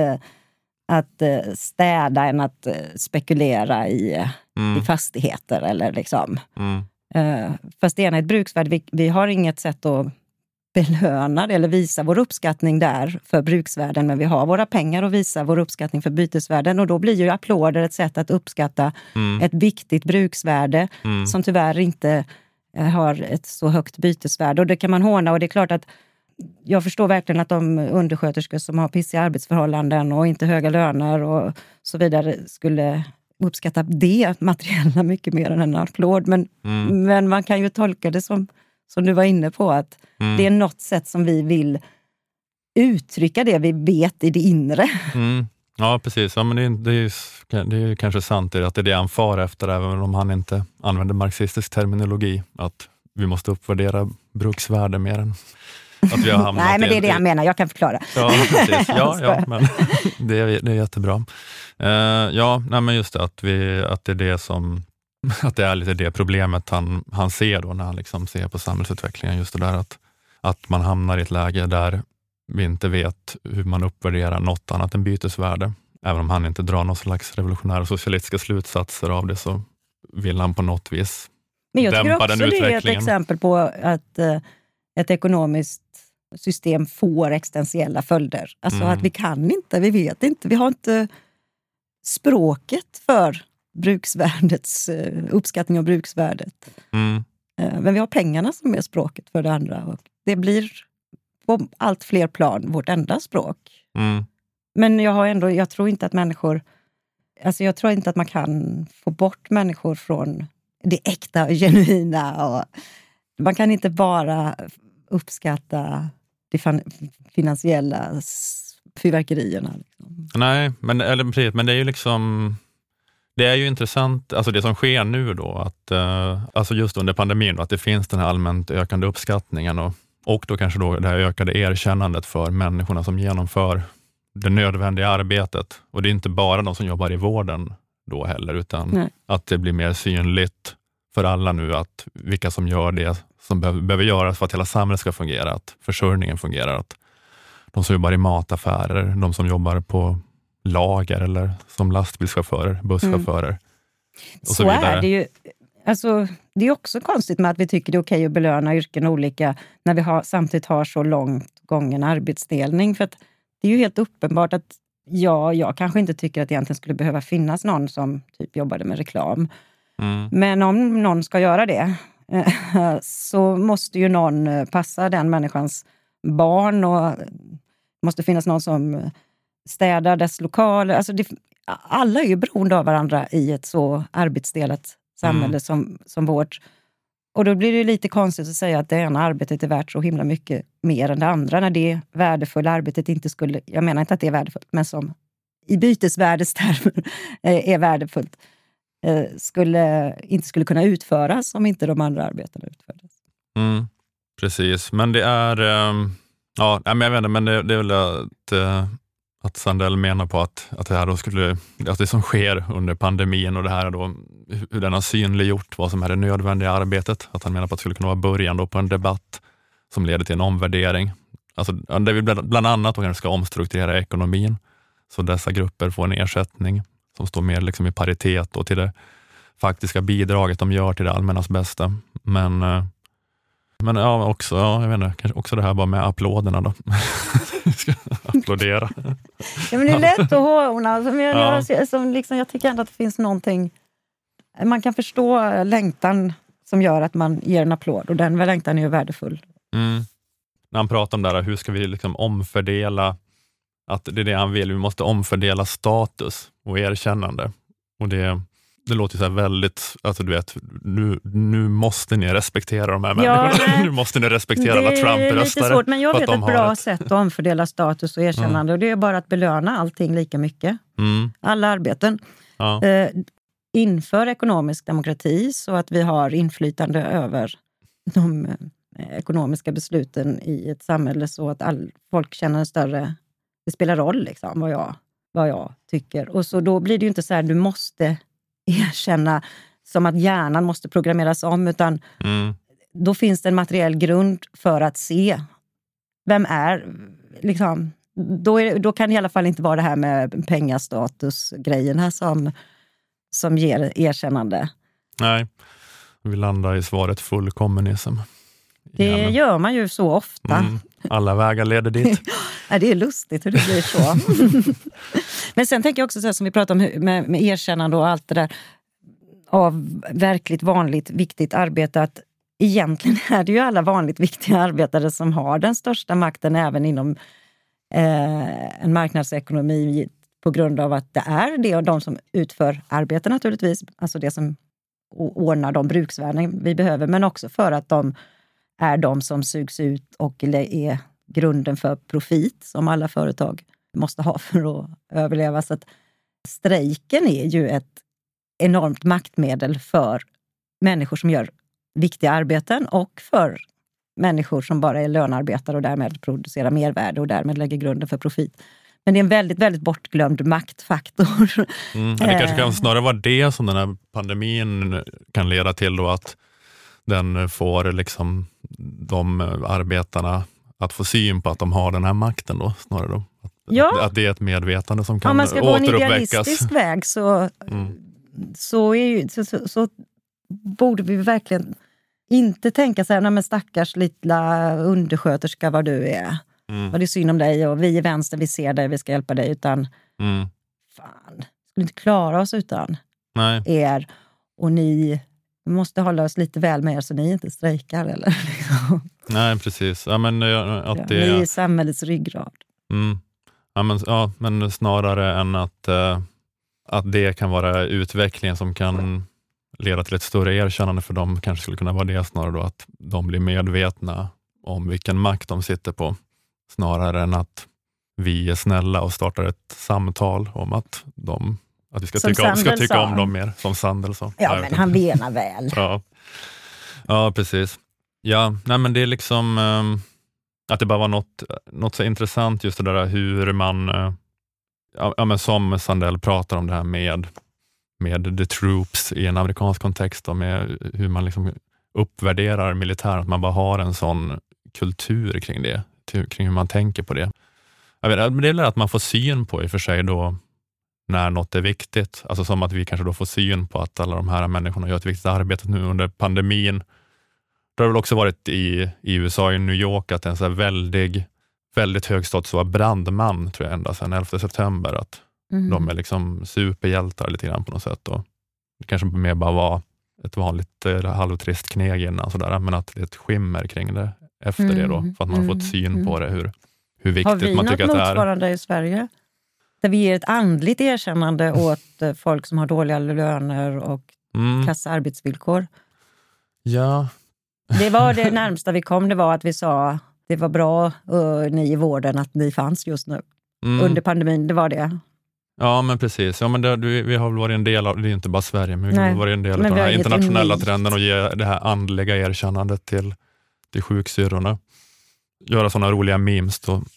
att städa än att spekulera i fastigheter eller liksom. Fast det ena är ett bruksvärde. Vi har inget sätt att belöna det eller visa vår uppskattning där för bruksvärden, men vi har våra pengar och visa vår uppskattning för bytesvärden, och då blir ju applåder ett sätt att uppskatta ett viktigt bruksvärde som tyvärr inte har ett så högt bytesvärde, och det kan man håna. Och det är klart att jag förstår verkligen att de undersköterskor som har pissiga arbetsförhållanden och inte höga löner och så vidare skulle uppskatta det materiella mycket mer än en applåd, men man kan ju tolka det som du var inne på, att det är något sätt som vi vill uttrycka det vi vet i det inre. Ja, precis. Ja, men det är ju kanske sant att det är det han far efter, även om han inte använder marxistisk terminologi, att vi måste uppvärdera bruksvärde mer än att vi har hamnat. Nej, men det är det han menar, jag kan förklara. Ja, precis. Ja, men det är jättebra. Men just det, att det är det som, att det är lite det problemet han ser då när han liksom ser på samhällsutvecklingen, just det där att man hamnar i ett läge där vi inte vet hur man uppvärderar något annat än bytesvärde. Även om han inte drar någon slags revolutionära socialistiska slutsatser av det, så vill han på något vis men jag dämpa den utvecklingen. Det är ett exempel på att ett ekonomiskt system får existentiella följder. Alltså att vi vet inte, vi har inte språket för bruksvärdets uppskattning av bruksvärdet. Men vi har pengarna som är språket för det andra, och det blir på allt fler plan vårt enda språk. Men jag tror inte att människor, alltså jag tror inte att man kan få bort människor från det äkta och genuina, och man kan inte bara uppskatta de finansiella fyrverkerierna liksom. Nej, men det är ju liksom, det är ju intressant, alltså det som sker nu då, att alltså just under pandemin då, att det finns den här allmänt ökande uppskattningen och då kanske då det här ökade erkännandet för människorna som genomför det nödvändiga arbetet. Och det är inte bara de som jobbar i vården då heller, utan att det blir mer synligt för alla nu att vilka som gör det som behöver göras för att hela samhället ska fungera, att försörjningen fungerar, att de som jobbar i mataffärer, de som jobbar på lager eller som lastbilschaufförer, busschaufförer och så vidare. Är det ju. Alltså, det är också konstigt med att vi tycker det är okej att belöna yrken olika när vi samtidigt har så långt gången arbetsdelning. För att det är ju helt uppenbart att jag kanske inte tycker att det egentligen skulle behöva finnas någon som typ jobbade med reklam. Men om någon ska göra det så måste ju någon passa den människans barn, och måste finnas någon som städar dess lokaler. Alltså alla är ju beroende av varandra i ett så arbetsdelat samhälle som vårt. Och då blir det lite konstigt att säga att det ena arbetet är värt så himla mycket mer än det andra, när det värdefulla arbetet inte skulle, jag menar inte att det är värdefullt, men som i bytesvärdestermer är värdefullt, inte skulle kunna utföras om inte de andra arbetena utfördes. Precis, men det är men jag vet inte, men det är väl att att Sandell menar på att det här då att det som sker under pandemin och det här då, hur den har synliggjort vad som är det nödvändiga arbetet. Att han menar på att det skulle kunna vara början då på en debatt som leder till en omvärdering. Alltså där vi bland annat då ska omstrukturera ekonomin så dessa grupper får en ersättning som står mer liksom i paritet då till det faktiska bidraget de gör till det allmännas bästa. Men ja, också, jag vet inte, kanske också det här bara med applåderna då. Ska applådera. Ja, men det är lätt att håna. Jag tycker ändå att det finns någonting. Man kan förstå längtan som gör att man ger en applåd. Och den längtan är ju värdefull. Mm. När han pratar om det här, hur ska vi liksom omfördela, att det är det han vill. Vi måste omfördela status och erkännande. Och det låter så här väldigt, alltså du vet, nu måste ni respektera de här människorna. Nu måste ni respektera alla Trump-röstare. Det är lite svårt, men jag vet ett bra sätt att omfördela status och erkännande. Och det är bara att belöna allting lika mycket. Alla arbeten. Ja. Inför ekonomisk demokrati så att vi har inflytande över de ekonomiska besluten i ett samhälle så att folk känner en större, det spelar roll liksom vad jag tycker. Och så då blir det ju inte så här, du måste erkänna som att hjärnan måste programmeras om, utan då finns det en materiell grund för att se vem är liksom, då kan det i alla fall inte vara det här med pengastatus-grejen här som ger erkännande. Nej, vi landar i svaret fullkommunism. Det gör man ju så ofta. Alla vägar leder dit. Ja, det är lustigt hur det blir så. Men sen tänker jag också så här, som vi pratar om med erkännande och allt det där av verkligt vanligt viktigt arbete, att egentligen är det ju alla vanligt viktiga arbetare som har den största makten även inom en marknadsekonomi, på grund av att det är det och de som utför arbete naturligtvis, alltså det som ordnar de bruksvärden vi behöver, men också för att de är de som sugs ut och är grunden för profit som alla företag måste ha för att överleva. Så att strejken är ju ett enormt maktmedel för människor som gör viktiga arbeten och för människor som bara är lönearbetare och därmed producerar mervärde och därmed lägger grunden för profit. Men det är en väldigt, väldigt bortglömd maktfaktor. Det kanske kan snarare vara det som den här pandemin kan leda till då, att den får liksom de arbetarna att få syn på att de har den här makten då, snarare då. Att det är ett medvetande som kan återuppväckas. Om man ska gå en idealistisk väg så borde vi verkligen inte tänka så här, nej men stackars lilla undersköterska vad du är. Vad det är synd om dig och vi är vänster, vi ser dig, vi ska hjälpa dig, utan fan, skulle inte klara oss utan er, och ni måste hålla oss lite väl med er så ni inte strejkar eller liksom. Nej, precis. Ja, men att det ni är samhällets ryggrad. Men snarare än att det kan vara utvecklingen som kan leda till ett större erkännande för dem, kanske skulle kunna vara det snarare då, att de blir medvetna om vilken makt de sitter på, snarare än att vi är snälla och startar ett samtal om att vi ska tycka om dem mer, som Sandell sa. Ja, men han menar väl. Ja, precis. Ja, nej men det är liksom att det bara var något så intressant just det där hur man men som Sandell pratar om det här med the troops i en amerikansk kontext och med hur man liksom uppvärderar militären, att man bara har en sån kultur kring det, kring hur man tänker på det. Jag vet, men det är att man får syn på i och för sig då när något är viktigt. Alltså som att vi kanske då får syn på att alla de här människorna gör ett viktigt arbete nu under pandemin. Det har väl också varit i USA, i New York, att en så här väldigt hög status var brandman, tror jag, ända sedan 11 september. Att de är liksom superhjältar lite grann på något sätt. Och det kanske mer bara var ett vanligt halvtrist kneg innan, sådär, men att det är ett skimmer kring det efter det då. För att man har fått syn på det, hur viktigt man tycker att det är. Har vi något motsvarande i Sverige? Där vi ger ett andligt erkännande åt folk som har dåliga löner och kassa arbetsvillkor. Ja. Det var det närmsta vi kom. Det var att vi sa det var bra ni i vården att ni fanns just nu. Under pandemin, det var det. Ja, men precis. Ja, men vi har väl varit en del av, det är inte bara Sverige, men vi har varit en del av den här internationella trenden och ge det här andliga erkännandet till sjuksyrrorna. Göra sådana roliga memes då.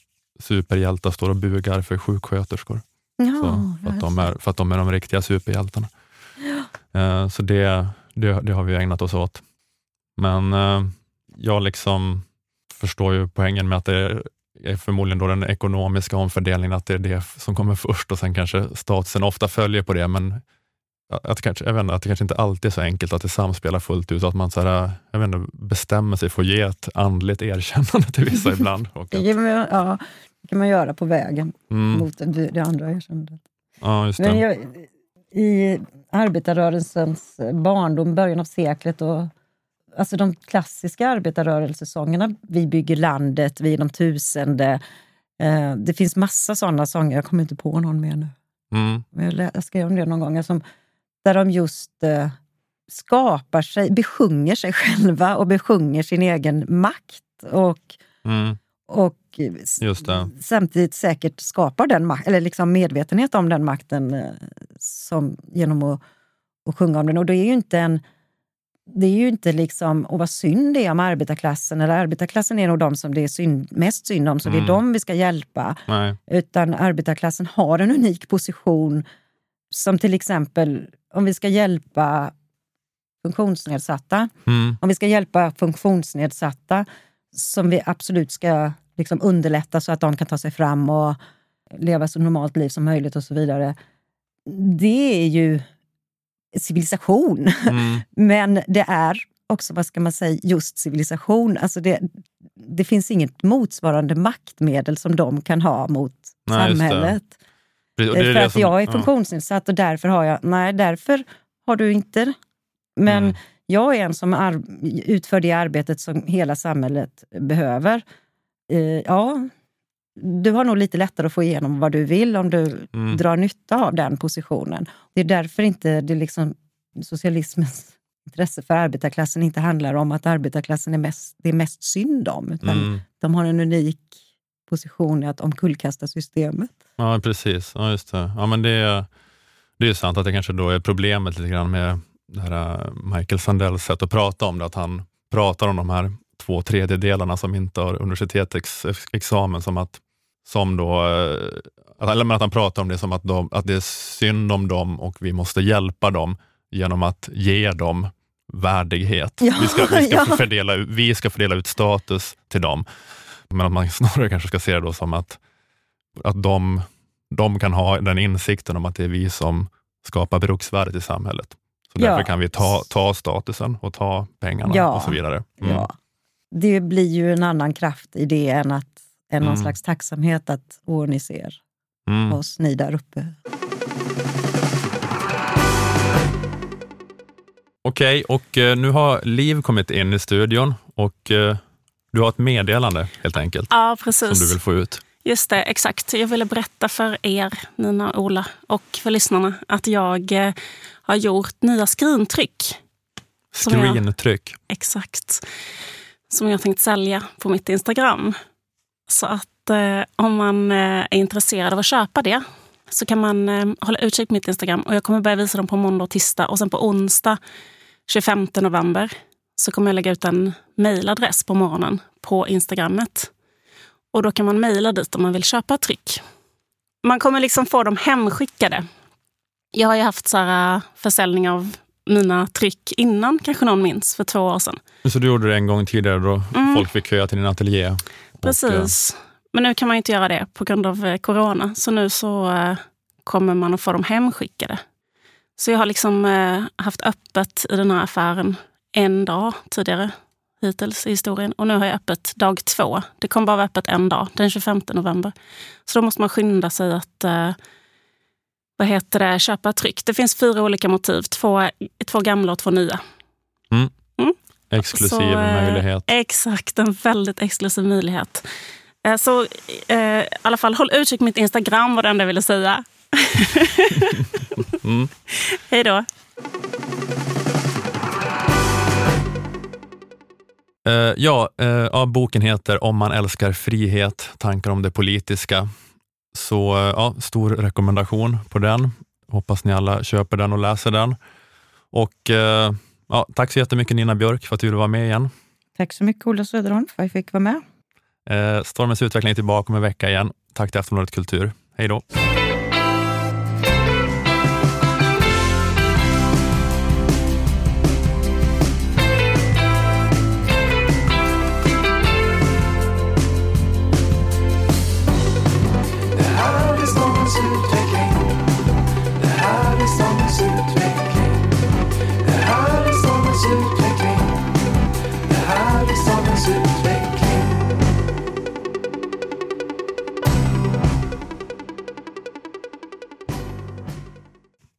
superhjältar står och bugar för sjuksköterskor. Ja, Så, för att de är de riktiga superhjältarna. Ja. Så det har vi ägnat oss åt. Men jag liksom förstår ju poängen med att det är förmodligen då den ekonomiska omfördelningen, att det är det som kommer först och sen kanske statusen ofta följer på det, men jag vet inte, att det kanske inte alltid är så enkelt att det samspelar fullt ut, att man så här, jag vet inte, bestämmer sig för att ge ett andligt erkännande till vissa ibland. Och det kan man göra på vägen mot det andra erkännandet. Ja, just det. Men i arbetarrörelsens barndom, början av seklet, och alltså de klassiska arbetarrörelsesångerna, vi bygger landet, vi är de tusende. Det finns massa sådana sånger, jag kommer inte på någon mer nu. Jag skrev om det någon gång, där de just besjunger sig själva och besjunger sin egen makt och just det. Samtidigt säkert skapar den eller liksom medvetenhet om den makten som genom att sjunga om den. Och det är ju inte liksom vad synd det är om arbetarklassen, eller arbetarklassen är nog de som det är mest synd om, så det är de vi ska hjälpa. Nej. Utan arbetarklassen har en unik position, som till exempel om vi ska hjälpa funktionsnedsatta, som vi absolut ska liksom underlätta så att de kan ta sig fram och leva så normalt liv som möjligt och så vidare. Det är ju civilisation. Men det är också, vad ska man säga, just civilisation. Alltså det finns inget motsvarande maktmedel som de kan ha mot samhället. För att jag är funktionsnedsatt och därför har jag... Nej, därför har du inte. Men jag är en som utför det arbetet som hela samhället behöver. Du har nog lite lättare att få igenom vad du vill om du drar nytta av den positionen. Det är därför inte det liksom socialismens intresse för arbetarklassen inte handlar om att arbetarklassen är mest synd om, utan de har en unik position i att omkullkasta systemet. Ja, precis. Ja, just det. Ja, men det är ju sant att det kanske då är problemet lite grann med det här Michael Sandells sätt att prata om det, att han pratar om de här 2/3 som inte har universitetsexamen eller att han pratar om det som att det är synd om dem och vi måste hjälpa dem genom att ge dem värdighet. Ja, vi ska fördela ut status till dem. Men att man snarare kanske ska se det då som att de kan ha den insikten om att det är vi som skapar bruksvärdet i samhället. Så därför kan vi ta statusen och ta pengarna och så vidare. Ja. Det blir ju en annan kraft i det än någon slags tacksamhet att ni ser oss, ni där uppe. Okej, och nu har Liv kommit in i studion och du har ett meddelande helt enkelt. Ja, precis. Som du vill få ut. Just det, exakt. Jag ville berätta för er, Nina och Ola, och för lyssnarna att jag har gjort nya skrintryck. Skrintryck? Exakt. Som jag tänkt sälja på mitt Instagram. Så att om man är intresserad av att köpa det så kan man hålla utkik på mitt Instagram. Och jag kommer börja visa dem på måndag och tisdag. Och sen på onsdag 25 november så kommer jag lägga ut en mejladress på morgonen på Instagrammet. Och då kan man mejla dit om man vill köpa tryck. Man kommer liksom få dem hemskickade. Jag har ju haft så här försäljning av mina tryck innan, kanske någon minns, för 2 år sedan. Så du gjorde det en gång tidigare då folk fick köa till din ateljé? Precis. Men nu kan man ju inte göra det på grund av corona. Så nu så kommer man att få dem hemskickade. Så jag har liksom haft öppet i den här affären en dag tidigare hittills i historien. Och nu har jag öppet dag 2. Det kommer bara vara öppet en dag, den 25 november. Så då måste man skynda sig att köpa tryck. Det finns 4 olika motiv. 2 gamla och 2 nya. Exklusiv möjlighet. Exakt, en väldigt exklusiv möjlighet. Så i alla fall håll utkik på mitt Instagram, vad det enda jag ville säga. Hej då. Boken heter Om man älskar frihet, tankar om det politiska. Så stor rekommendation på den. Hoppas ni alla köper den och läser den. Och tack så jättemycket Nina Björk för att du ville vara med igen. Tack så mycket Ola Söderholm för att jag fick vara med. Stormens utveckling är tillbaka om en vecka igen. Tack till Aftonbladet Kultur. Hej då!